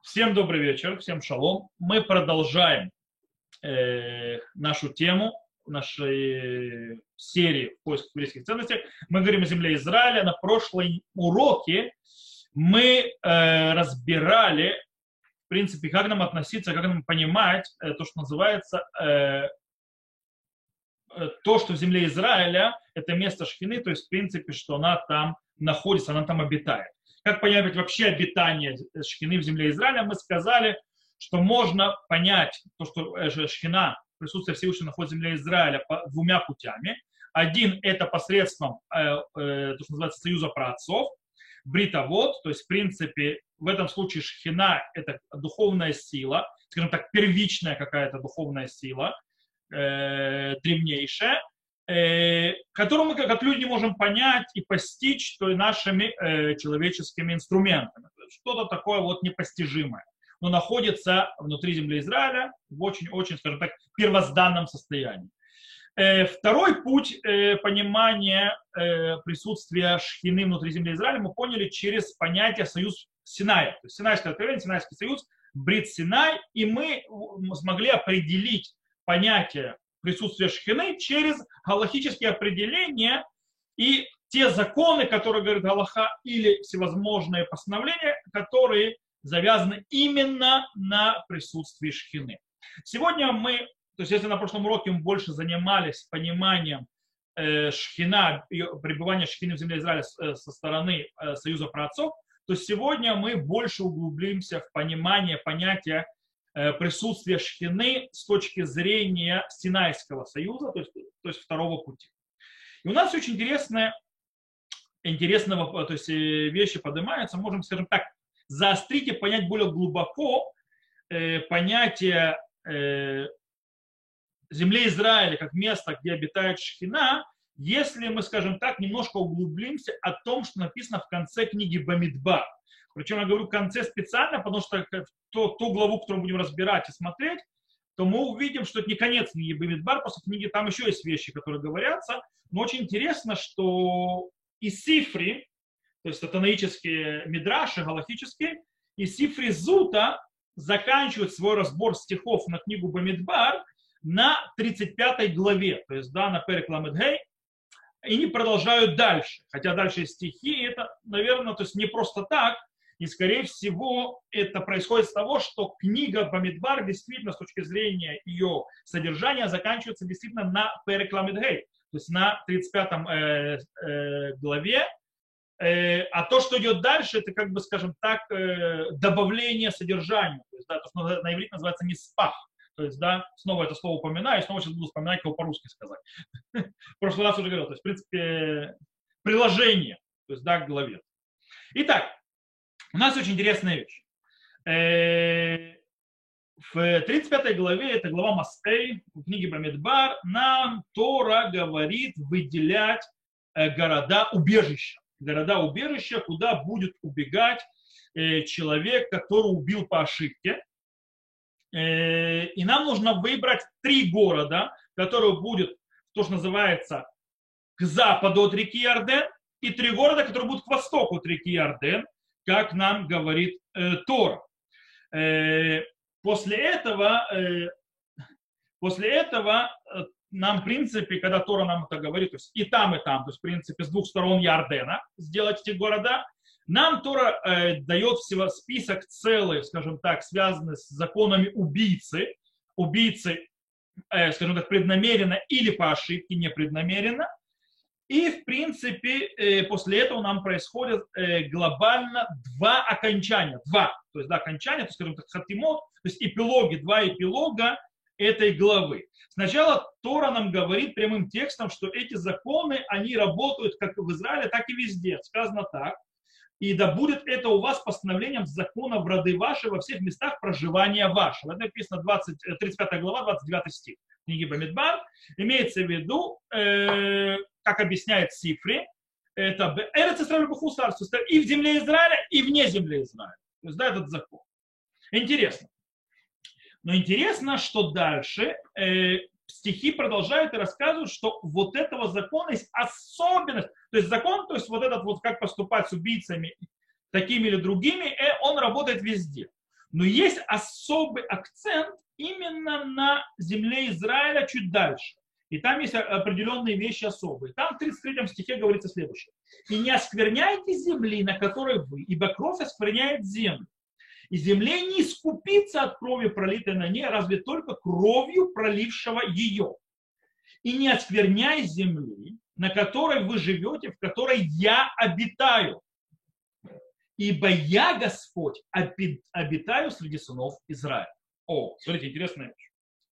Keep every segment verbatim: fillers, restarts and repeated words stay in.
Всем добрый вечер, всем шалом. Мы продолжаем э, нашу тему, нашей серии «Поиск еврейских ценностей». Мы говорим о земле Израиля. На прошлом уроке мы э, разбирали, в принципе, как нам относиться, как нам понимать э, то, что называется э, э, то, что в земле Израиля это место Шхины, то есть, в принципе, что она там находится, она там обитает. Как понять вообще обитание Шхины в земле Израиля, мы сказали, что можно понять то, что Шхина, присутствие Всевышнего находится в земле Израиля по двумя путями. Один – это посредством, э, э, то, что называется, союза праотцов, бритовод, то есть, в принципе, в этом случае Шхина – это духовная сила, скажем так, первичная какая-то духовная сила, э, древнейшая, которую мы как люди можем понять и постичь то и нашими э, человеческими инструментами. Что-то такое вот непостижимое, но находится внутри земли Израиля в очень-очень, скажем так, первозданном состоянии. Э, второй путь э, понимания э, присутствия Шхины внутри земли Израиля мы поняли через понятие союз Синая. То есть Синайское откровение, Синайский союз, Брит Синай, и мы смогли определить понятие присутствие Шхины через галахические определения и те законы, которые говорит Галаха, или всевозможные постановления, которые завязаны именно на присутствии Шхины. Сегодня мы, то есть если на прошлом уроке мы больше занимались пониманием э, Шхина, пребывания Шхины в земле Израиля со стороны э, Союза праотцов, то сегодня мы больше углубимся в понимание понятия присутствие Шхины с точки зрения Синайского союза, то есть, то есть второго пути. И у нас очень интересные, интересные то есть, вещи поднимаются. Можем, скажем так, заострить и понять более глубоко э, понятие э, земли Израиля как места, где обитает Шхина, если мы, скажем так, немножко углубимся о том, что написано в конце книги Бамидбар. Причем я говорю в конце специально, потому что ту, ту главу, которую будем разбирать и смотреть, то мы увидим, что это не конец книги Бамидбар, после книги там еще есть вещи, которые говорятся. Но очень интересно, что и Сифри, то есть атанаические мидраши, галахические, и Сифри Зута заканчивают свой разбор стихов на книгу Бамидбар на тридцать пятой главе, то есть да, на Перек Ламед Гей, и не продолжают дальше. Хотя дальше стихи, это, наверное, то есть не просто так. И, скорее всего, это происходит с того, что книга Бамидбар действительно, с точки зрения ее содержания, заканчивается действительно на Перек Ламед Гей, то есть на тридцать пятой э, э, главе. Э, а то, что идет дальше, это, как бы, скажем так, э, добавление содержанию. То есть, да, то, что на иврите называется ниспах. То есть, да, снова это слово упоминаю, и снова сейчас буду вспоминать, как его по-русски сказать. В прошлый раз уже говорил. То есть, в принципе, приложение, то есть, да, к главе. Итак, у нас очень интересная вещь. В тридцать пятой главе, это глава Масей, в книге Бамидбар, нам Тора говорит выделять города-убежища. Города-убежища, куда будет убегать человек, который убил по ошибке. И нам нужно выбрать три города, которые будут, то, что называется, к западу от реки Иорден, и три города, которые будут к востоку от реки Иорден, как нам говорит э, Тора. Э, после этого, э, после этого э, нам, в принципе, когда Тора нам это говорит, то есть и там, и там, то есть, в принципе, с двух сторон Иордена сделать эти города, нам Тора э, дает всего список целый, скажем так, связанный с законами убийцы, убийцы, э, скажем так, преднамеренно или по ошибке непреднамеренно. И, в принципе, э, после этого нам происходит э, глобально два окончания. Два, то есть да, окончания, то, скажем так, хатимот, то есть эпилоги, два эпилога этой главы. Сначала Тора нам говорит прямым текстом, что эти законы, они работают как в Израиле, так и везде. Сказано так. И да будет это у вас постановлением закона в роды ваши во всех местах проживания вашего. Это написано двадцать, тридцать пятая глава, двадцать девятый стих книги Бамидбар. Имеется в виду, э, как объясняет Сифри, это Эрец Исраэль Буху царство и в земле Израиля, и вне земли Израиля. То есть, да, этот закон. Интересно. Но интересно, что дальше э, стихи продолжают и рассказывают, что вот этого закона есть особенность. То есть закон, то есть вот этот вот как поступать с убийцами такими или другими, он работает везде. Но есть особый акцент именно на земле Израиля чуть дальше. И там есть определенные вещи особые. Там в тридцать третьем стихе говорится следующее. «И не оскверняйте земли, на которой вы, ибо кровь оскверняет землю. И земле не искупится от крови, пролитой на ней, разве только кровью пролившего ее. И не оскверняй земли, на которой вы живете, в которой я обитаю. Ибо я, Господь, обитаю среди сынов Израиля». О, смотрите, интересная вещь.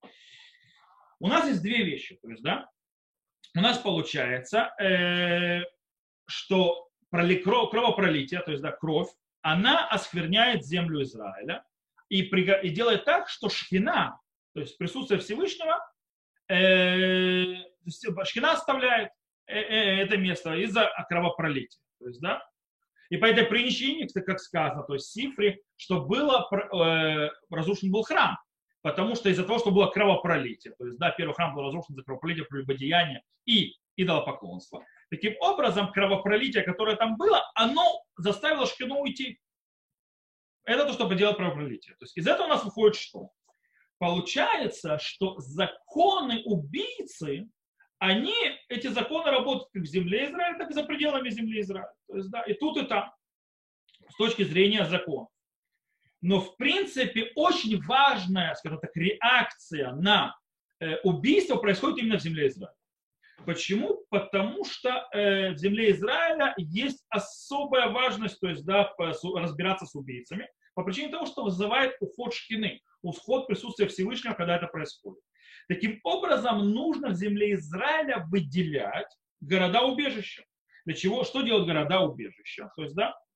У нас есть две вещи. То есть, да, у нас получается, э, что кровопролитие, то есть да, кровь, она оскверняет землю Израиля и, и делает так, что шхина, то есть присутствие Всевышнего, э, шхина оставляет э, э, это место из-за кровопролития. То есть, да, и по этой причине, как сказано, то есть Сифри, что было, э, разрушен был храм. Потому что из-за того, что было кровопролитие, то есть, да, первый храм был разрушен за кровопролитие, прелюбодеяние и идолопоклонство. Таким образом, кровопролитие, которое там было, оно заставило шхину уйти. Это то, что поделало кровопролитие. То есть из этого у нас выходит что? Получается, что законы убийцы, они, эти законы работают как в земле Израиля, так и за пределами земли Израиля. То есть, да, и тут, и там, с точки зрения закона. Но, в принципе, очень важная, скажем так, реакция на э, убийство происходит именно в земле Израиля. Почему? Потому что э, в земле Израиля есть особая важность, то есть, да, разбираться с убийцами, по причине того, что вызывает уход шхины, уход присутствия Всевышнего, когда это происходит. Таким образом, нужно в земле Израиля выделять города-убежища. Для чего? Что делают города-убежища? То есть, да,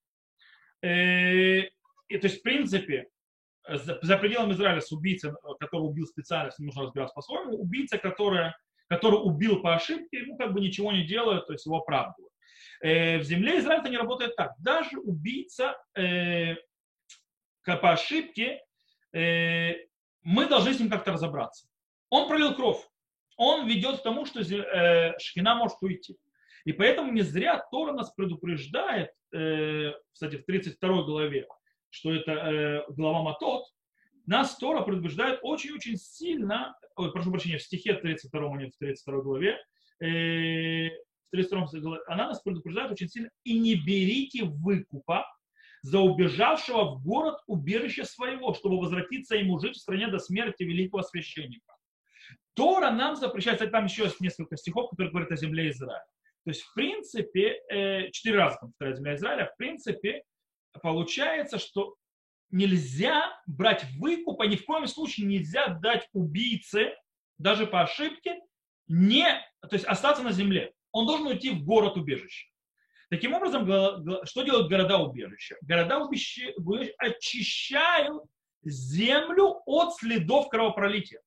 э, И, то есть, в принципе, за, за пределами Израиля с убийцей, который убил специально, если нужно разбираться по-своему, убийца, который, который убил по ошибке, ему как бы ничего не делают, то есть его оправдывают. Э, в земле Израиля это не работает так. Даже убийца э, по ошибке, э, мы должны с ним как-то разобраться. Он пролил кровь. Он ведет к тому, что э, шхина может уйти. И поэтому не зря Тора нас предупреждает, э, кстати, в тридцать второй главе, что это э, глава Матот, нас Тора предупреждает очень-очень сильно, ой, прошу прощения, в стихе тридцать втором, а не в тридцать второй главе, э, в тридцать втором главе, она нас предупреждает очень сильно: и не берите выкупа за убежавшего в город убежище своего, чтобы возвратиться ему жить в стране до смерти великого священника. Тора нам запрещает, кстати, там еще есть несколько стихов, которые говорят о земле Израиля. То есть, в принципе, э, четыре раза там повторяет земля Израиля, в принципе, получается, что нельзя брать выкуп, а ни в коем случае нельзя дать убийце, даже по ошибке, не, то есть остаться на земле. Он должен уйти в город-убежище. Таким образом, что делают города-убежища? Города-убежища очищают землю от следов кровопролития.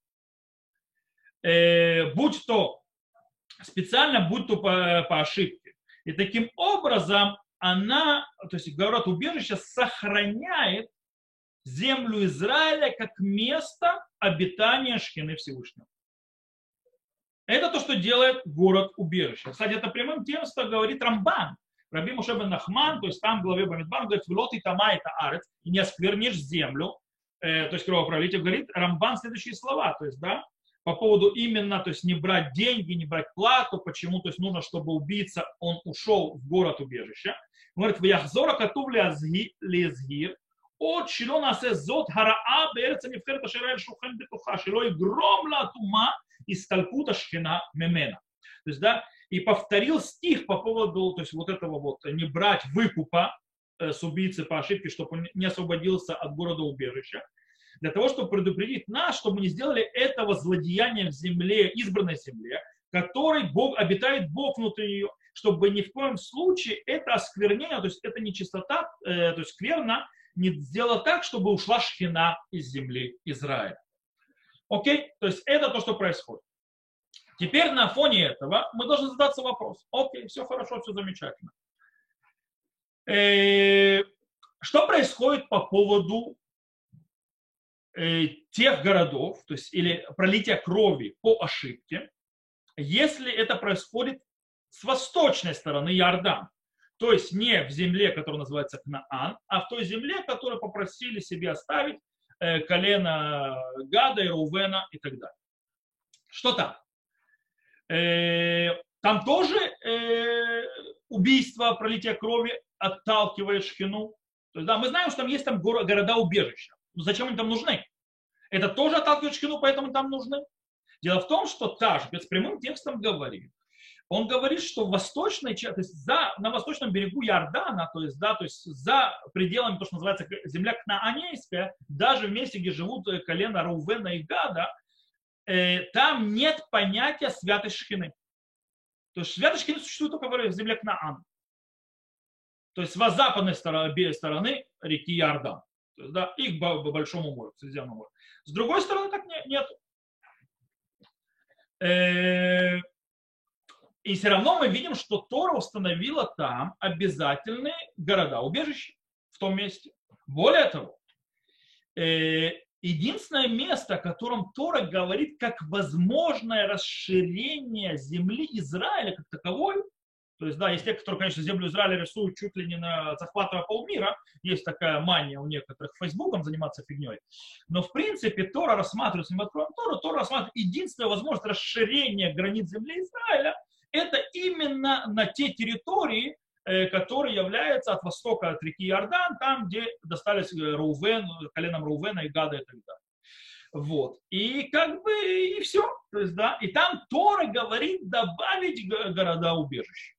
Э, будь то специально, будь то по, по ошибке. И таким образом она, то есть город-убежище сохраняет землю Израиля как место обитания шхины Всевышнего. Это то, что делает город-убежище. Кстати, это прямым текстом говорит Рамбан. Раби Моше бен Нахман, то есть там в главе Бамидбар, говорит: «Влот и тама это арец», и не осквернишь землю, э, то есть кровопролитие, говорит Рамбан следующие слова, то есть, да, по поводу именно, то есть не брать деньги, не брать плату, почему, то есть нужно, чтобы убийца, он ушел в город-убежище. Он говорит: «Вяхзора катув лезгир, от шило насе зот хараа беэрец нефхерет ашер эль шухем бетуха, шило игром ла тума из талкута шхина мемена». То есть, да, и повторил стих по поводу, то есть вот этого вот, не брать выкупа э, с убийцы по ошибке, чтобы он не освободился от города-убежища, для того, чтобы предупредить нас, чтобы мы не сделали этого злодеяния в земле, избранной земле, которой Бог, обитает Бог внутри нее, чтобы ни в коем случае это осквернение, то есть это нечистота, э, то есть скверно, не сделало так, чтобы ушла шхина из земли Израиля. Окей? То есть это то, что происходит. Теперь на фоне этого мы должны задаться вопрос. Окей, все хорошо, все замечательно. Э, что происходит по поводу э, тех городов, то есть или пролития крови по ошибке, если это происходит с восточной стороны Иордан? То есть не в земле, которая называется Кнаан, а в той земле, которую попросили себе оставить э, колена Гада и Рувена и так далее. Что там? Э, там тоже э, убийство, пролитие крови отталкивает шхину. То есть, да, мы знаем, что там есть там города-убежища. Но зачем они там нужны? Это тоже отталкивает шхину, поэтому там нужны. Дело в том, что Ташбец прямым текстом говорит. Он говорит, что в восточной, то есть за, на восточном берегу Иордана, то есть, да, то есть за пределами, то, что называется земля Кнаанейская, даже в месте, где живут колена Рувена и Гада, э, там нет понятия святой шхины. То есть святая шхина существует только в земле Кнаан. То есть с западной стороны, стороны реки Иордан. То есть, да, и к Большому морю, к Средиземному морю. С другой стороны так нет. Э, И все равно мы видим, что Тора установила там обязательные города-убежища в том месте. Более того, единственное место, о котором Тора говорит как возможное расширение земли Израиля как таковой, то есть, да, есть те, которые, конечно, землю Израиля рисуют чуть ли не на захватывая полмира, есть такая мания у некоторых Фейсбуком заниматься фигней, но в принципе Тора рассматривает, если мы откроем Тору, Тора рассматривает единственная возможность расширения границ земли Израиля, это именно на те территории, которые являются от востока от реки Иордан, там, где достались Рувен, коленам Рувена и Гада и так далее. Вот. И как бы и все. То есть, да, и там Тора говорит добавить города-убежища.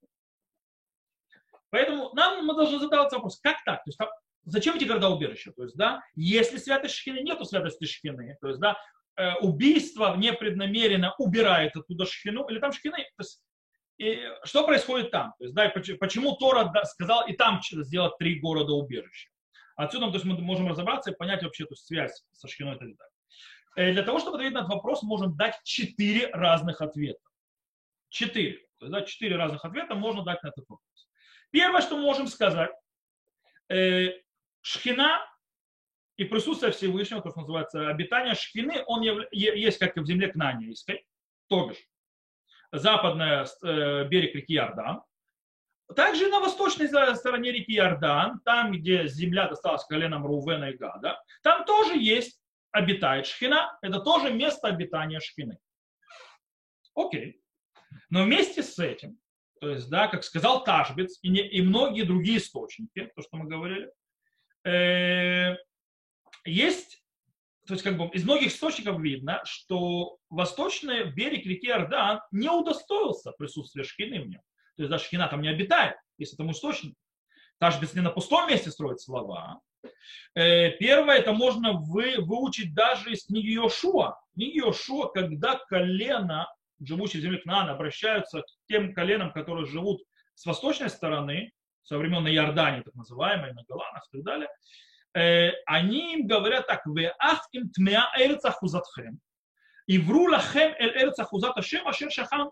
Поэтому нам мы должны задаваться вопрос, как так? То есть, там, зачем эти города-убежища? То есть, да, если святости шхины, нету святости шхины, то есть, да, убийство непреднамеренно убирает оттуда шхину, или там шхины, то есть, и что происходит там? То есть, да, почему Тора сказал и там сделать три города-убежища? Отсюда то есть, мы можем разобраться и понять вообще эту связь со шхиной и так далее. Для того, чтобы ответить на этот вопрос, можем дать четыре разных ответа. Четыре. То есть, да, четыре разных ответа можно дать на этот вопрос. Первое, что мы можем сказать, э, шхина и присутствие Всевышнего, то, что называется обитание шхины, он явля- есть как и в земле Кнаанейской, то бишь западный э, берег реки Иордан. Также на восточной стороне реки Иордан, там, где земля досталась коленам Рувена и Гада, там тоже есть, обитает шхина, это тоже место обитания шхины. Окей. Но вместе с этим, то есть, да, как сказал Ташбец и, не, и многие другие источники, то, что мы говорили, э, есть, то есть, как бы, из многих источников видно, что восточный берег реки Иордан не удостоился присутствия шхины в нем. То есть, да, шхина там не обитает, если там источник. Ташбец не на пустом месте строит слова. Э, первое, это можно вы, выучить даже из книги Йошуа. Книги Йошуа, когда колено живущие в земле Кнаана обращаются к тем коленам, которые живут с восточной стороны, со времен Иордании, так называемой, на Голанах и так далее, э, они им говорят так: «Веах им тмеа эрец ахузатхем, и вру лахем эль эрец ахузат ашем, ашер шахам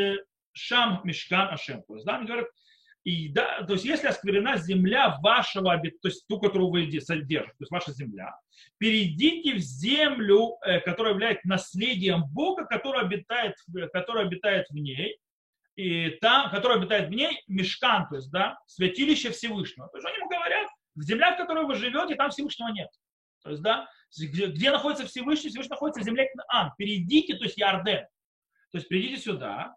шам мишкан ашем». То есть, да, они говорят, и, да, то есть, если осквернена земля вашего, то есть ту, которую вы содержите, то есть ваша земля, перейдите в землю, которая является наследием Бога, который обитает, который обитает в ней, и там, который обитает в ней, мишкан, то есть, да, святилище Всевышнего. То есть они ему говорят, в землях, в которой вы живете, там Всевышнего нет. То есть, да, где, где находится Всевышний, Всевышний находится в земле Кнаан. Перейдите, то есть Иорден. То есть придите сюда.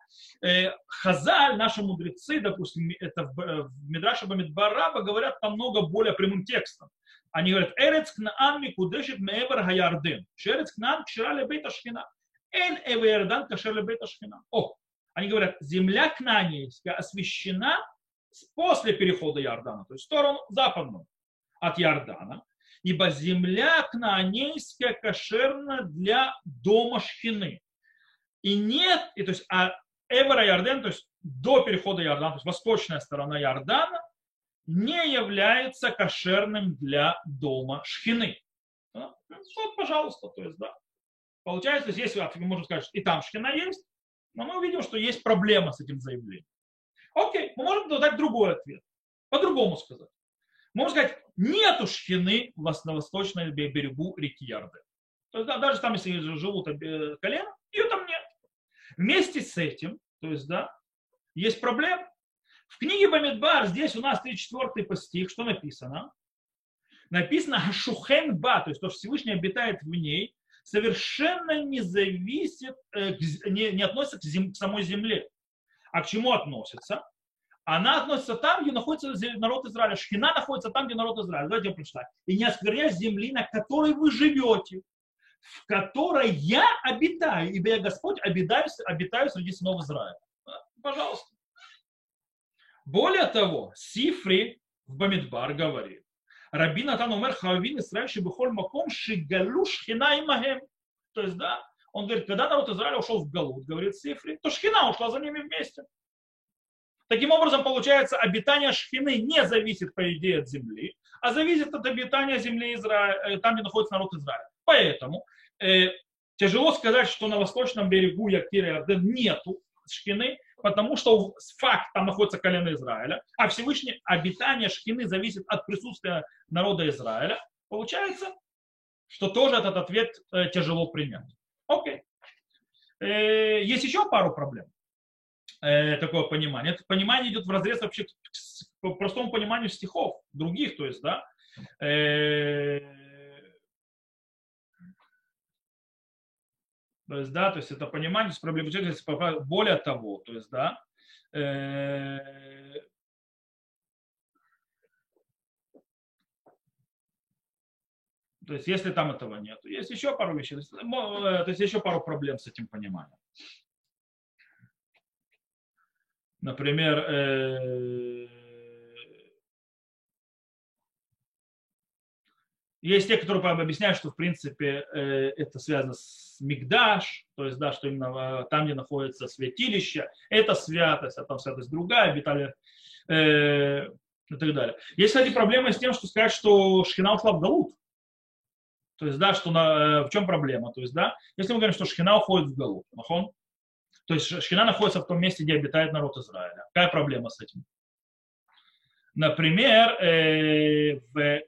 Хазаль, наши мудрецы, допустим, это в Мидраше Бамидбар говорят намного более прямым текстом. Они говорят: «Эрец Кнаан микудешет меэвер хаярден. Шерец Кнаан кшира лебейт ашхина. Эн эвер Иордан кашер лебейт ашхина». О, они говорят, земля Кнаанейская освящена после перехода Иордана, то есть в сторону западную от Иордана, ибо земля Кнаанейская кошерна для дома шхины. И нет, и, то есть, а Эвера Иорден, то есть до перехода Иордана, то есть восточная сторона Иордана, не является кошерным для дома шхины. Вот, пожалуйста, то есть, да. Получается, здесь мы можем сказать, что и там шхина есть, но мы увидим, что есть проблема с этим заявлением. Окей, мы можем дать другой ответ, по-другому сказать. Мы можем сказать, нету шхины на восточном берегу реки Иордан. То есть, да, даже там, если живут колена, ее там нет. Вместе с этим, то есть, да, есть проблема. В книге Бамидбар, здесь у нас тридцать четвёртый стих, что написано? написано Шухенба, то есть то, что Всевышний обитает в ней, совершенно не зависит, э, не, не относится к, зем, к самой земле. А к чему относится? Она относится там, где находится народ Израиля. Шхина находится там, где народ Израиля. Давайте я прочитаю. И не оскверняй земли, на которой вы живете, в которой я обитаю, ибо я Господь обитаю, обитаю среди сынов Израиля. Пожалуйста. Более того, Сифри в Бамидбар говорит, Раби Натан умер хавин Исраиль шебихоль маком шигалу шхина имахем. То есть, да, он говорит, когда народ Израиля ушел в Галут, говорит Сифри, то шхина ушла за ними вместе. Таким образом, получается, обитание шхины не зависит, по идее, от земли, а зависит от обитания земли Израиля, там, где находится народ Израиля. Поэтому э, тяжело сказать, что на восточном берегу Якира и Иорден нету шхины, потому что факт, там находится колено Израиля, а Всевышнее обитание шхины зависит от присутствия народа Израиля. Получается, что тоже этот ответ э, тяжело принять. Окей. Э, есть еще пару проблем. Э, такое понимание. Это понимание идет в разрез вообще к простому пониманию стихов других, то есть, да. Э, то есть, да, то есть это понимание с проблемой. Более того, то есть, да, э, то есть, если там этого нет, есть еще пару вещей, то есть, то есть еще пару проблем с этим пониманием. Например, э, есть те, которые объясняют, что в принципе э, это связано с Мигдаш, то есть, да, что именно там, где находится святилище, это святость, а там святость другая, обитали э, и так далее. Есть, кстати, проблема с тем, что сказать, что Шхина ушла в Галут. То есть, да, что на, в чем проблема? То есть, да, если мы говорим, что Шхина уходит в Галут, нахон, то есть Шхина находится в том месте, где обитает народ Израиля. Какая проблема с этим? Например, э, в,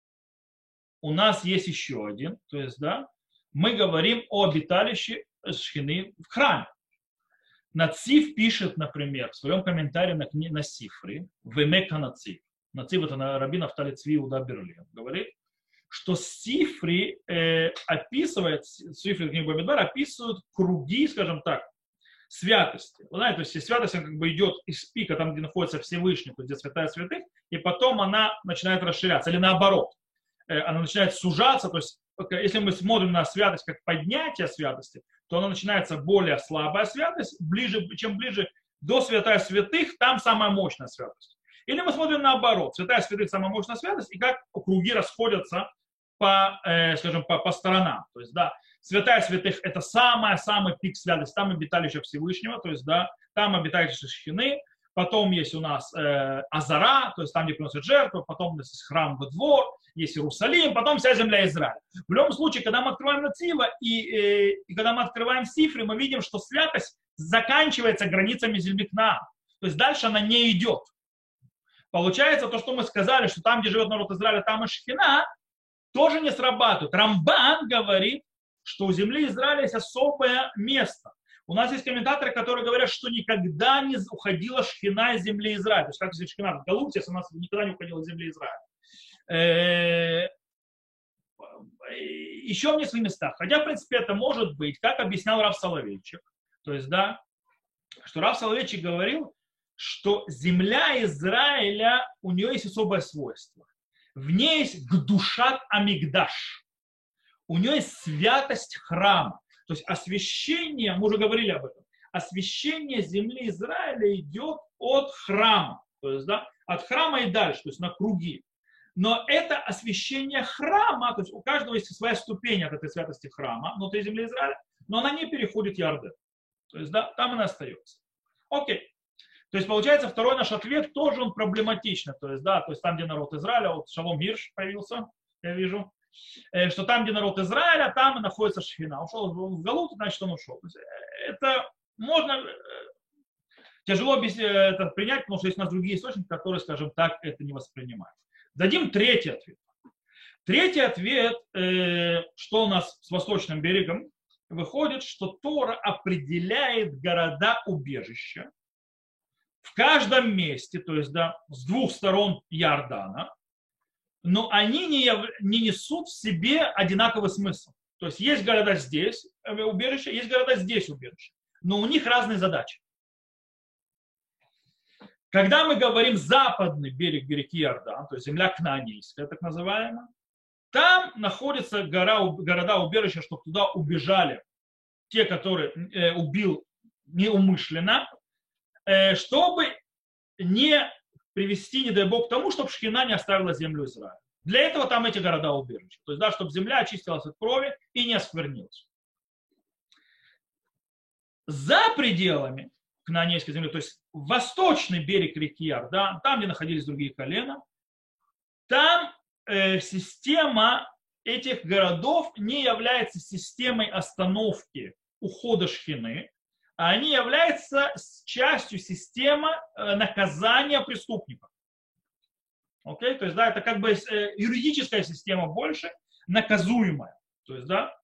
у нас есть еще один, то есть, да, мы говорим о обиталище Шхины в храме. Нацив пишет, например, в своем комментарии на, на Сифре, в Эмека Нацив, Нацив это на Раби Нафтали Цви Иуда Берлин, говорит, что Сифри э, описывает, Сифри книга Бамидбар описывают круги, скажем так, святости. Вы знаете, то есть святость она как бы идет из пика, там, где находится Всевышний, то есть где святая святых, и потом она начинает расширяться, или наоборот, э, она начинает сужаться, то есть если мы смотрим на святость как поднятие святости, то она начинается более слабая святость, ближе, чем ближе до святая святых, там самая мощная святость. Или мы смотрим наоборот, святая святых самая мощная святость, и как круги расходятся по, э, скажем, по, по сторонам. То есть, да, святая святых это самый-самый пик святости, там обиталище Всевышнего, то есть, да, там обиталище Шхины, потом есть у нас э, Азара, то есть там, где приносят жертву, потом у нас есть храм во двор, есть Иерусалим, потом вся земля Израиля. В любом случае, когда мы открываем Нацива и, э, и когда мы открываем Сифри, мы видим, что святость заканчивается границами земли Кнаана. То есть дальше она не идет. Получается, то, что мы сказали, что там, где живет народ Израиля, там и Шхина, тоже не срабатывает. Рамбан говорит, что у земли Израиля есть особое место. У нас есть комментаторы, которые говорят, что никогда не уходила Шхина из земли Израиля. То есть как если Шхина в Галуте, у нас никогда не уходила из земли Израиля. Еще в нескольких местах. Хотя, в принципе, это может быть, как объяснял Рав Соловейчик. То есть, да, что Рав Соловейчик говорил, что земля Израиля, у нее есть особое свойство. В ней есть гдушат амигдаш. У нее есть святость храма. То есть освящение, мы уже говорили об этом, освящение земли Израиля идет от храма. То есть, да, от храма и дальше, то есть на круги. Но это освящение храма, то есть у каждого есть своя ступень от этой святости храма внутри земли Израиля, но она не переходит Иорден. То есть, да, там она остается. Окей. То есть, получается, второй наш ответ тоже он проблематичный. То есть, да, то есть там, где народ Израиля, вот Шалом Гирш появился, я вижу, что там, где народ Израиля, там и находится Шхина. Ушел в Галут, значит, он ушел. То есть, это можно тяжело это принять, потому что есть у нас другие источники, которые, скажем так, это не воспринимают. Дадим третий ответ. Третий ответ, что у нас с восточным берегом, выходит, что Тора определяет города-убежища в каждом месте, то есть, да, с двух сторон Иордана, но они не, яв... не несут в себе одинаковый смысл. То есть есть города здесь убежища, есть города здесь убежища, но у них разные задачи. Когда мы говорим западный берег реки Иордан, то есть земля Кнаанейская, так называемая, там находятся гора, города-убежища, чтобы туда убежали те, которые э, убил неумышленно, э, чтобы не привести, не дай Бог, к тому, чтобы Шхина не оставила землю Израиля. Для этого там эти города-убежища. То есть, да, чтобы земля очистилась от крови и не осквернилась. За пределами Кнаанейской земли, то есть восточный берег реки Иордан, там, где находились другие колена, там э, система этих городов не является системой остановки ухода Шхины, а они являются частью системы э, наказания преступников. Окей? То есть, да, это как бы э, юридическая система больше, наказуемая. То есть, да,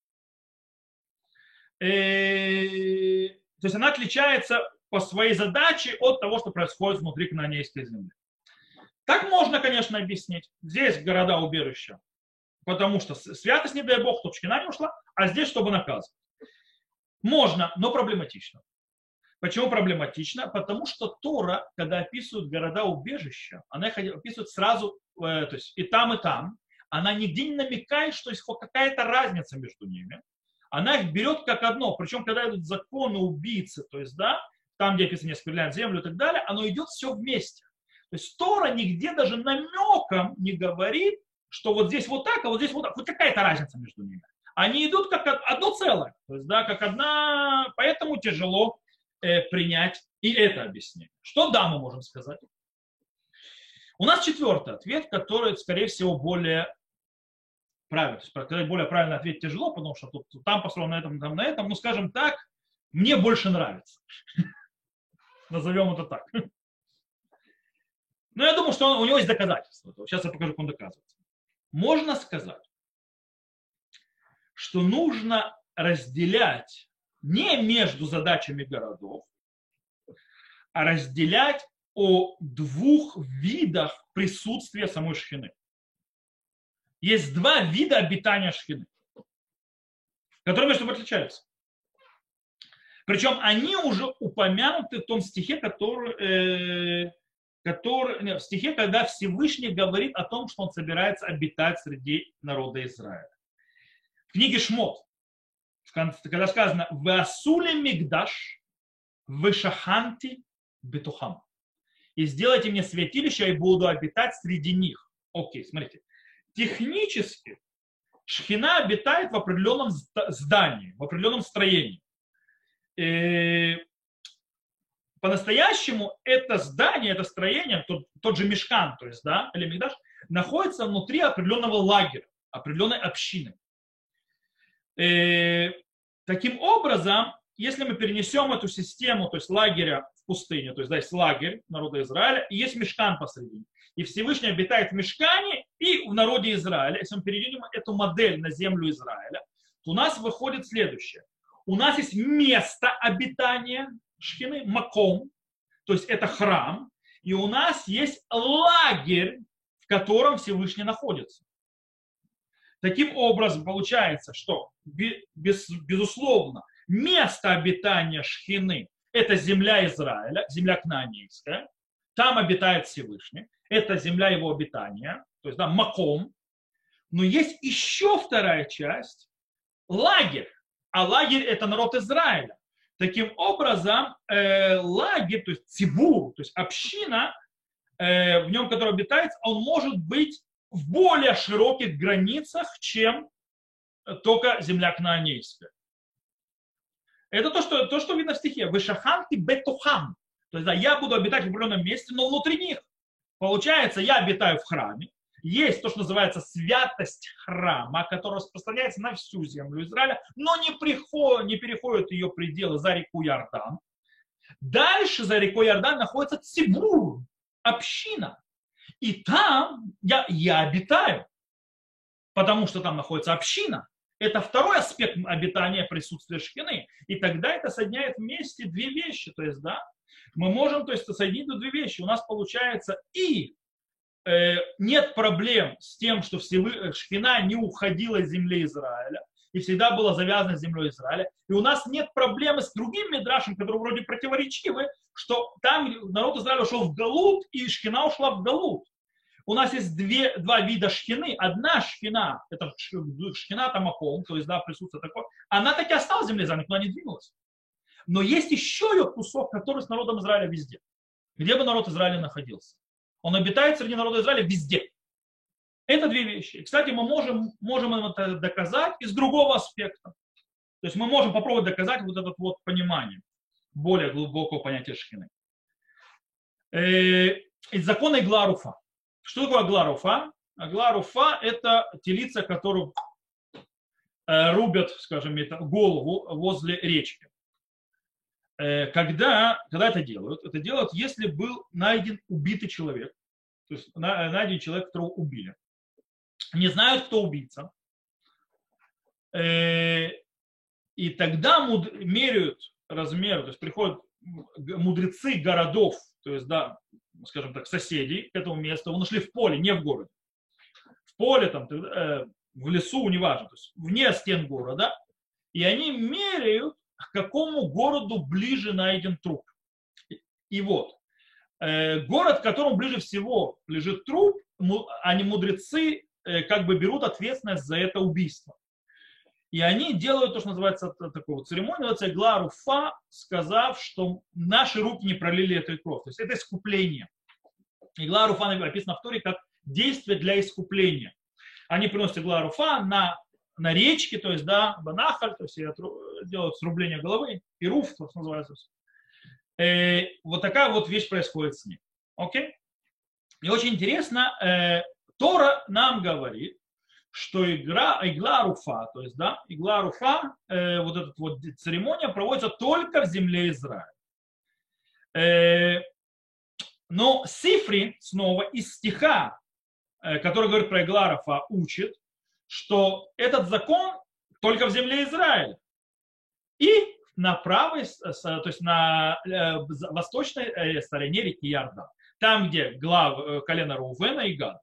э, то есть она отличается по своей задаче от того, что происходит внутри Кнаанейской земли. Так можно, конечно, объяснить. Здесь города-убежища, потому что святость, не дай Бог, чтобы Шхина не ушла, а здесь, чтобы наказывать. Можно, но проблематично. Почему проблематично? Потому что Тора, когда описывает города-убежища, она их описывает сразу, э, то есть и там, и там. Она нигде не намекает, что есть какая-то разница между ними. Она их берет как одно. Причем, когда идут законы убийцы, то есть, да, там, где описано, не оскверняют землю и так далее, оно идет все вместе. То есть Тора нигде даже намеком не говорит, что вот здесь вот так, а вот здесь вот так. Вот какая-то разница между ними. Они идут как одно целое. То есть, да, как одна... Поэтому тяжело э, принять и это объяснение. Что да, мы можем сказать? У нас четвертый ответ, который, скорее всего, более правильный. То есть, более правильный ответ тяжело, потому что тут, там построено на этом, там на этом. Ну, скажем так, мне больше нравится. Назовем это так. Но я думаю, что он, у него есть доказательства. Сейчас я покажу, как он доказывается. Можно сказать, что нужно разделять не между задачами городов, а разделять о двух видах присутствия самой Шхины. Есть два вида обитания Шхины, которые между собой отличаются. Причем они уже упомянуты в том стихе, который, э, который нет, в стихе, когда Всевышний говорит о том, что он собирается обитать среди народа Израиля. В книге Шмот, когда сказано «Васуле мигдаш вешаханти бетухам» и сделайте мне святилище, и буду обитать среди них. Окей, смотрите. Технически Шхина обитает в определенном здании, в определенном строении. И по-настоящему это здание, это строение, тот, тот же мишкан, то есть, да, или мигдаш, находится внутри определенного лагеря, определенной общины. И таким образом, если мы перенесем эту систему, то есть лагеря в пустыне, то есть, да, есть лагерь народа Израиля, и есть мишкан посредине. И Всевышний обитает в мишкане и в народе Израиля. Если мы перейдем эту модель на землю Израиля, то у нас выходит следующее. У нас есть место обитания Шхины, маком, то есть это храм, и у нас есть лагерь, в котором Всевышний находится. Таким образом, получается, что, без, безусловно, место обитания Шхины – это земля Израиля, земля Кнаанейская, там обитает Всевышний, это земля его обитания, то есть, да, маком. Но есть еще вторая часть – лагерь. А лагерь – это народ Израиля. Таким образом, э, лагерь, то есть цибур, то есть община, э, в нем, который обитает, он может быть в более широких границах, чем только земля Кнаанейская. Это то, что, то, что видно в стихе. Вышаханти бетухам. То есть, да, я буду обитать в определенном месте, но внутри них. Получается, я обитаю в храме. Есть то, что называется святость храма, которая распространяется на всю землю Израиля, но не, приходит, не переходит ее пределы за реку Иордан. Дальше за рекой Иордан находится цибур, община. И там я, я обитаю, потому что там находится община. Это второй аспект обитания, присутствия Шхины. И тогда это соединяет вместе две вещи. То есть, да, мы можем, то есть, соединить две вещи. У нас получается и э, нет проблем с тем, что Всевы... Шхина не уходила из земли Израиля и всегда была завязана с землей Израиля. И у нас нет проблемы с другим мидрашем, который вроде противоречивый, что там народ Израиля ушел в Галут, и Шхина ушла в Галут. У нас есть две, два вида шхины. Одна шхина, это шхина тамахом, то есть да, присутствие такое, она таки осталась в земле Израиля, никуда не двинулась. Но есть еще ее кусок, который с народом Израиля везде. Где бы народ Израиля находился. Он обитает среди народа Израиля везде. Это две вещи. И, кстати, мы можем, можем это доказать из другого аспекта. То есть мы можем попробовать доказать вот это вот понимание, более глубокого понятия шхины. Из закона Игла-Руфа. Что такое Агла-Руфа? Агла-Руфа – это телица, которую рубят, скажем, голову возле речки. Когда, когда это делают? Это делают, если был найден убитый человек. То есть найден человек, которого убили. Не знают, кто убийца. И тогда меряют размер, то есть приходят мудрецы городов, то есть, да, скажем так, соседей к этому месту, его нашли в поле, не в городе. В поле, там, в лесу, неважно, то есть вне стен города. И они меряют, к какому городу ближе найден труп. И вот, город, к которому ближе всего лежит труп, они, мудрецы, как бы берут ответственность за это убийство. И они делают то, что называется такую церемонию, называется Игла-Руфа, сказав, что наши руки не пролили эту кровь. То есть это искупление. Игла-Руфа описано в Торе как действие для искупления. Они приносят Игла-Руфа на, на речке, то есть, да, банахаль, то есть делают срубление головы, и руф, то, что называется. Э, вот такая вот вещь происходит с ним. Окей? И очень интересно, э, Тора нам говорит, что игра, игла-руфа, то есть, да, игла-руфа, э, вот эта вот церемония проводится только в земле Израиля. Э, но Сифри снова из стиха, э, который говорит про игла-руфа, учит, что этот закон только в земле Израиля. И на правой, то есть на э, восточной э, стороне реки Иордан, там, где глав, э, колено Рувена и Гада.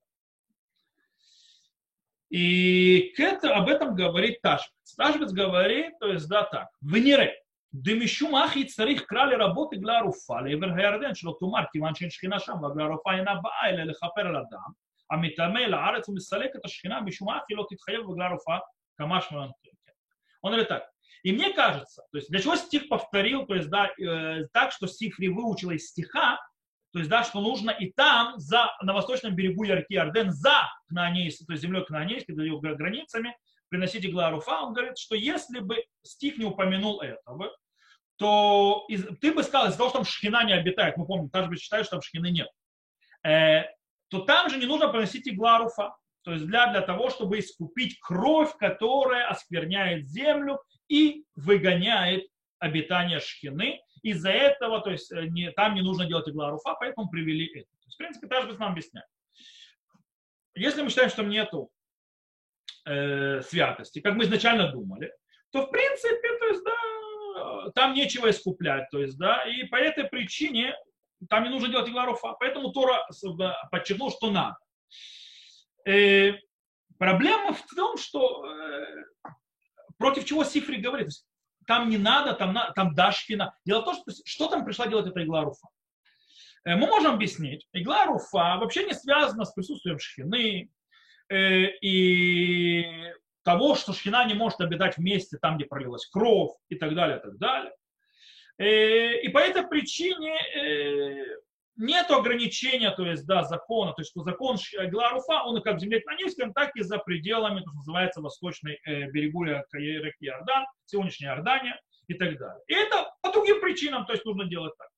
И это, об этом говорит Ташбец. Ташбец говорит, то есть, да, так. Венере. Демишум ахи царих крали работы гла руфа, левер хаярден, что тумар, киван шен шхина шам, гла руфа ина баа, или лехапер ладам, а митаме лаарец умиссалек, это шхина, мишум ахи лот итхаев гла руфа, камаш маланкин. Он говорит так. И мне кажется, то есть, для чего стих повторил, то есть, да, э, так, что Сифри выучила из стиха, то есть, да, что нужно и там, за, на восточном берегу реки Иордан, за Кнаанейской, то есть землей Кнаанейской, за ее границами, приносить Игла-Руфа. Он говорит, что если бы стих не упомянул этого, то из, ты бы сказал, из-за того, что там шхина не обитает, мы помним, также считают, что там шхины нет, э, то там же не нужно приносить Игла-Руфа. То есть для, для того, чтобы искупить кровь, которая оскверняет землю и выгоняет обитание шхины. Из-за этого, то есть не, там не нужно делать Игла-Руфа, поэтому привели это. То есть, в принципе, Ташбец нам объясняет. Если мы считаем, что нету э, святости, как мы изначально думали, то в принципе, то есть, да, там нечего искуплять. То есть, да, и по этой причине там не нужно делать Игла-Руфа. Поэтому Тора подчеркнул, что надо. Э, проблема в том, что э, против чего Сифри говорит. Там не надо, там, там дашкина. Дело в том, что, что там пришла делать эта Игла-Руфа. Мы можем объяснить, Игла-Руфа вообще не связана с присутствием шхины э, и того, что шхина не может обитать в месте там, где пролилась кровь и так далее, и так далее. Э, и по этой причине э, нет ограничения, то есть, да, закона, то есть, что закон Игла-Руфа, он как в земле Кнаанейской, так и за пределами, то, что называется, восточной э, берегу реки Иордан, сегодняшняя Иордания и так далее. И это по другим причинам, то есть, нужно делать так.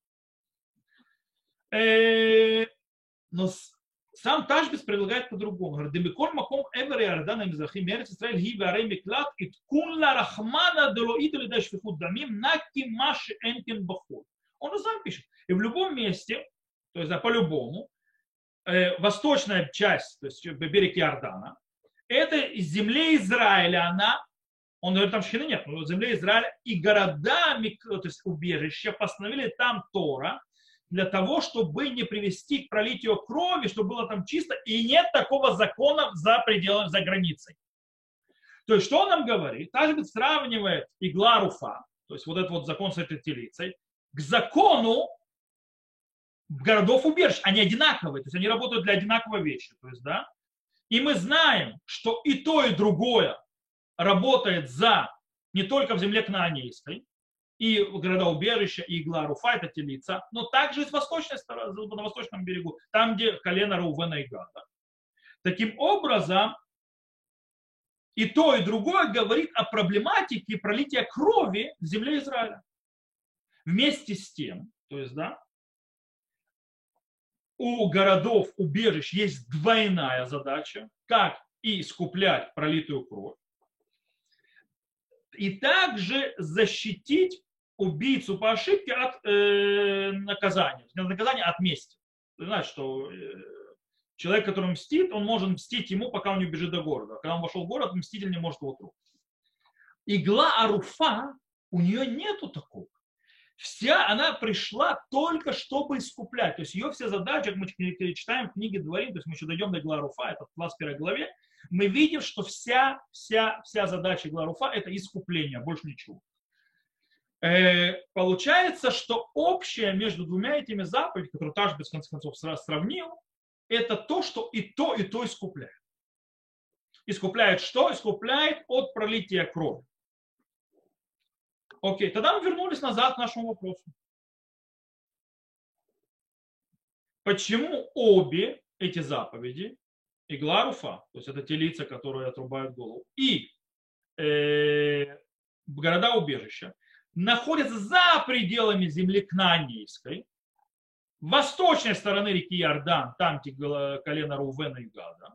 Э, но сам Ташбец предлагает по-другому. Говорит, демиколь маком эвер Иордана мизрахи мерец Исраэль ги варей миклат и ткун ла рахмана делоид или дашфихут дамим наки маши энкин бахур. Он сам пишет. И в любом месте, то есть, да, по-любому, э, восточная часть, то есть берег Иордана, это из земли Израиля она, он говорит, там шхины нет, но в земле Израиля и городами, то есть убежища, постановили там Тора, для того, чтобы не привести к пролитию крови, чтобы было там чисто, и нет такого закона за пределами, за границей. То есть, что он нам говорит? Ташбит сравнивает игла руфа, то есть вот этот вот закон с этой телицей, к закону городов убежищ. Они одинаковые, то есть они работают для одинаковой вещи. То есть, да? И мы знаем, что и то, и другое работает за не только в земле кнаанейской, и города убежища, и игла руфа, это телица, но также и с восточной стороны, на восточном берегу, там, где колено Рувена и Гада. Таким образом, и то, и другое говорит о проблематике пролития крови в земле Израиля. Вместе с тем, то есть, да, у городов убежищ есть двойная задача, как и искуплять пролитую кровь, и также защитить убийцу по ошибке от э, наказания, не от наказания, а от мести. Ты знаешь, что э, человек, который мстит, он может мстить ему, пока он не убежит до города. Когда он вошел в город, мститель не может его трогать. Игла Аруфа, у нее нету такого. Вся она пришла только чтобы искуплять. То есть ее все задачи, как мы читаем в книге Дворим, то есть мы еще дойдем до Игла Аруфа, это в двадцать первой главе, мы видим, что вся, вся, вся задача Игла Аруфа это искупление, больше ничего. Э, получается, что общее между двумя этими заповедями, которые Таш без конца концов сравнил, это то, что и то, и то искупляет. Искупляет что? Искупляет от пролития крови. Окей, тогда мы вернулись назад к нашему вопросу. Почему обе эти заповеди, игла руфа, то есть это те лица, которые отрубают голову, и э, города убежища, находятся за пределами земли Кнаанейской, восточной стороны реки Иордан, там, где колено Рувена и Гада,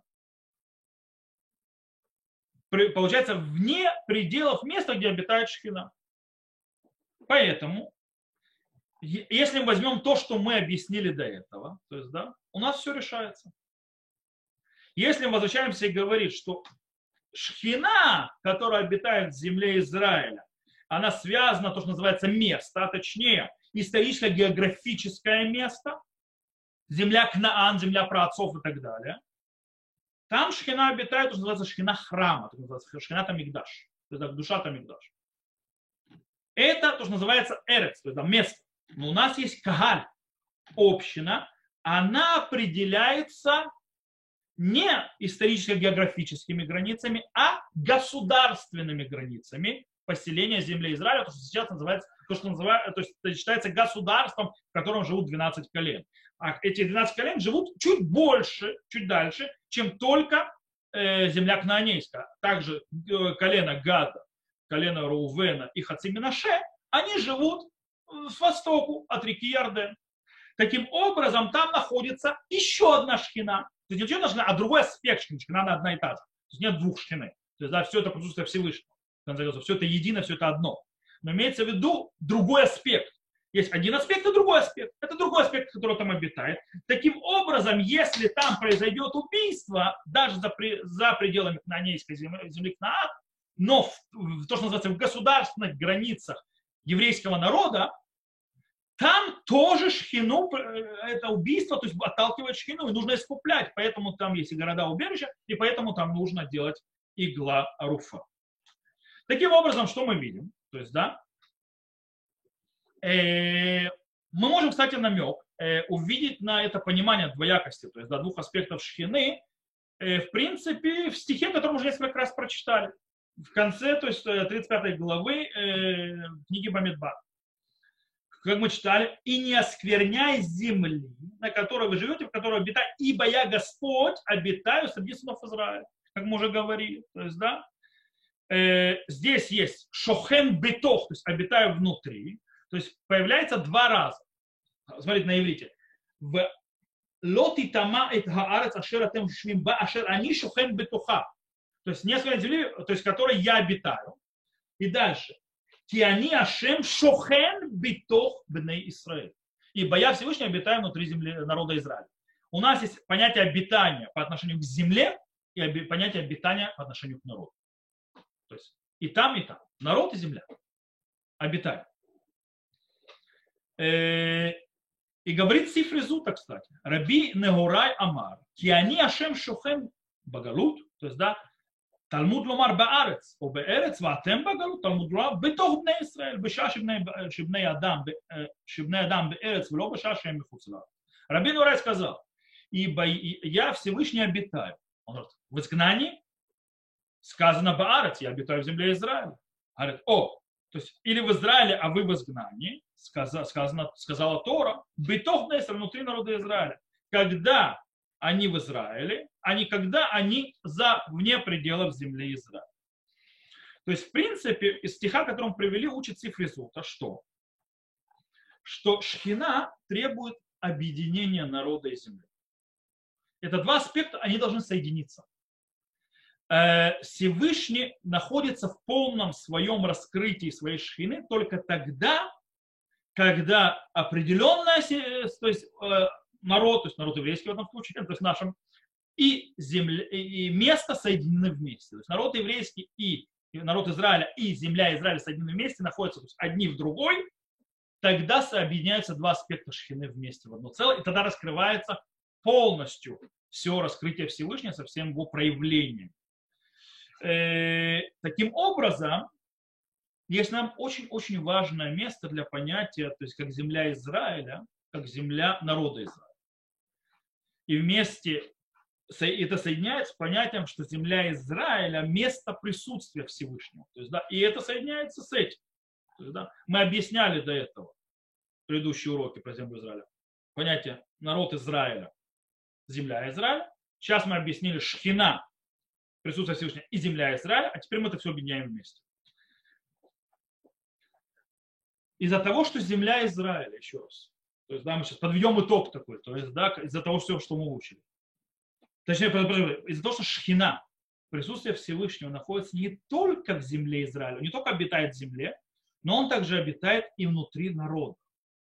получается, вне пределов места, где обитает Шхина. Поэтому, если мы возьмем то, что мы объяснили до этого, то есть, да, у нас все решается. Если мы возвращаемся и говорим, что Шхина, которая обитает в земле Израиля, она связана, то, что называется место, а точнее историческо-географическое место, земля Кнаан, земля праотцов и так далее. Там Шхина обитает, то, что называется Шхина храма, то, что называется Шхина Тамикдаш, то есть душа Тамикдаш. Это то, что называется эрец, то есть место. Но у нас есть кагаль, община, она определяется не историческо-географическими границами, а государственными границами поселения земли Израиля, то, что сейчас называется, то, что называется, то есть это считается государством, в котором живут двенадцать колен. А эти двенадцать колен живут чуть больше, чуть дальше, чем только э, земля Кнаанейская. Также э, колено Гада, колено Рувена и Хаци-Менаше, они живут с востоку от реки Иордан. Таким образом, там находится еще одна шхина. То есть не одна шхина, а другой аспект шхины. Шхина она одна и та же. То есть нет двух шхины. То есть да, все это присутствие Всевышнего. Все это едино, все это одно. Но имеется в виду другой аспект. Есть один аспект и другой аспект. Это другой аспект, который там обитает. Таким образом, если там произойдет убийство, даже за, за пределами Кнаанейской земли, земли Кнаан, но в, в то, что называется в государственных границах еврейского народа, там тоже шхину, это убийство, то есть отталкивает шхину, и нужно искуплять. Поэтому там есть и города-убежища, и поэтому там нужно делать игла Аруфа. Таким образом, что мы видим? То есть, да, э, мы можем, кстати, намек э, увидеть на это понимание двоякости, то есть до двух аспектов шхины, э, в принципе, в стихе, который мы уже несколько раз прочитали. В конце, то есть тридцать пятой главы э, книги Бамидбар. Как мы читали, и не оскверняй земли, на которой вы живете, в которой обитаю, ибо я Господь обитаю среди сынов Израиля. Как мы уже говорили. То есть, да, э, здесь есть шохен бетох, то есть обитаю внутри. То есть появляется два раза. Смотрите на иврите. В лоти тама эт хаарец ашер атем швим ба ашер ани шохен бетоха. То есть несколько земли, то есть в которой я обитаю. И дальше. Киани Ашем Шохен Битох Бней Исраэль. Ибо я Всевышний обитаю внутри земли народа Израиля. У нас есть понятие обитания по отношению к земле и понятие обитания по отношению к народу. То есть и там, и там. Народ и земля. Обитание. И говорит Сифризута, кстати, Раби Негурай Амар, киани Ашем Шохем Багалут, то есть, да, Талмуд ломар баарец, о баарец, ватем багалут, Талмуд ломар бетох бней Исраэль, беша шибней адам, шибней адам баарец, вло беша шем михуцлар. Раби Негурай сказал, ибо я Всевышний обитаю. Он говорит, в изгнании сказано баарец, я обитаю в земле Израиля. Говорит, о, то есть или в Израиле, а вы в изгнании, сказано, сказано, сказала Тора, бетох бней Исраэль, внутри народа Израиля. Когда они в Израиле, а не когда они за, вне пределов земли Израиля. То есть, в принципе, из стиха, который мы привели, учит Сифризута, что? Что Шхина требует объединения народа и земли. Это два аспекта, они должны соединиться. Всевышний находится в полном своем раскрытии своей Шхины только тогда, когда определенная, то есть народ, то есть народ еврейский в этом случае, то есть нашим, и, земля, и место соединены вместе. То есть народ еврейский и народ Израиля и земля Израиля соединены вместе, находятся, то есть одни в другой, тогда соединяются два аспекта Шхины вместе в одно целое, и тогда раскрывается полностью все раскрытие Всевышнего со всем его проявлением. Э, таким образом, есть нам очень-очень важное место для понятия, то есть как земля Израиля, как земля народа Израиля. И вместе это соединяется с понятием, что земля Израиля – место присутствия Всевышнего. То есть, да, и это соединяется с этим. То есть, да, мы объясняли до этого в предыдущие уроки про землю Израиля. Понятие народ Израиля, земля Израиля. Сейчас мы объяснили Шхина, присутствие Всевышнего, и земля Израиля, а теперь мы это все объединяем вместе. Из-за того, что земля Израиля, еще раз, то есть, да, мы сейчас подведем итог такой, то есть, да, из-за того, все, что мы учили. Точнее, из-за того, что Шхина, присутствие Всевышнего, находится не только в земле Израиля, не только обитает в земле, но он также обитает и внутри народа.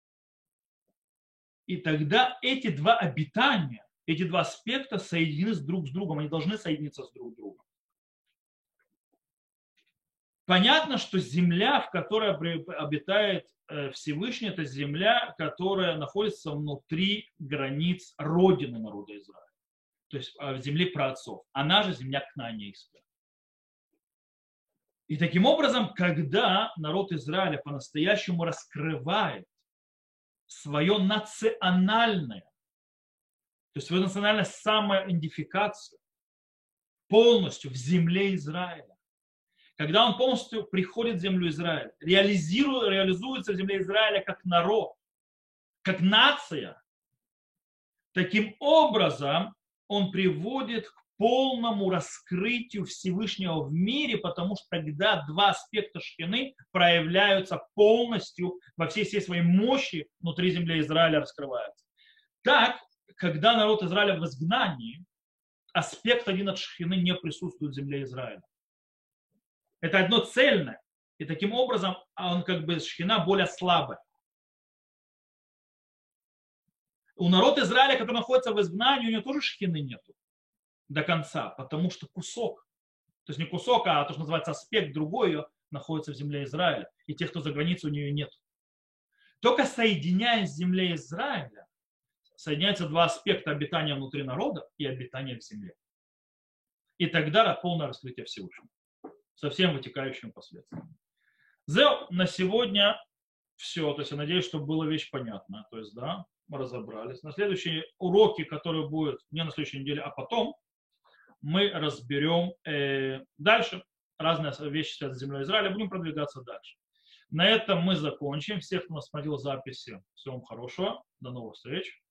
И тогда эти два обитания, эти два аспекта соединены друг с другом, они должны соединиться с друг другом. Понятно, что земля, в которой обитает Всевышний, это земля, которая находится внутри границ родины народа Израиля. То есть в земле праотцов. Она же земля кнаанейская. И таким образом, когда народ Израиля по-настоящему раскрывает свое национальное, то есть свою национальную самоидентификацию полностью в земле Израиля, когда он полностью приходит в землю Израиля, реализирует, реализуется в земле Израиля как народ, как нация, таким образом он приводит к полному раскрытию Всевышнего в мире, потому что тогда два аспекта Шхины проявляются полностью во всей, всей своей мощи внутри земли Израиля раскрываются. Так, когда народ Израиля в изгнании, аспект один от Шхины не присутствует в земле Израиля. Это одно цельное. И таким образом он как бы Шхина более слабая. У народа Израиля, который находится в изгнании, у него тоже Шхины нету до конца, потому что кусок, то есть не кусок, а то, что называется аспект другой, находится в земле Израиля. И тех, кто за границей, у нее нет. Только соединяясь с землей Израиля, соединяются два аспекта обитания внутри народа и обитания в земле. И тогда полное раскрытие Всевышнего со всем вытекающим последствиям. Зел на сегодня все. То есть я надеюсь, что была вещь понятна. То есть, да, мы разобрались. На следующие уроки, которые будут не на следующей неделе, а потом, мы разберем э, дальше разные вещи, связанные с землей Израиля. Будем продвигаться дальше. На этом мы закончим. Всех, кто нас смотрел записи, всего вам хорошего. До новых встреч.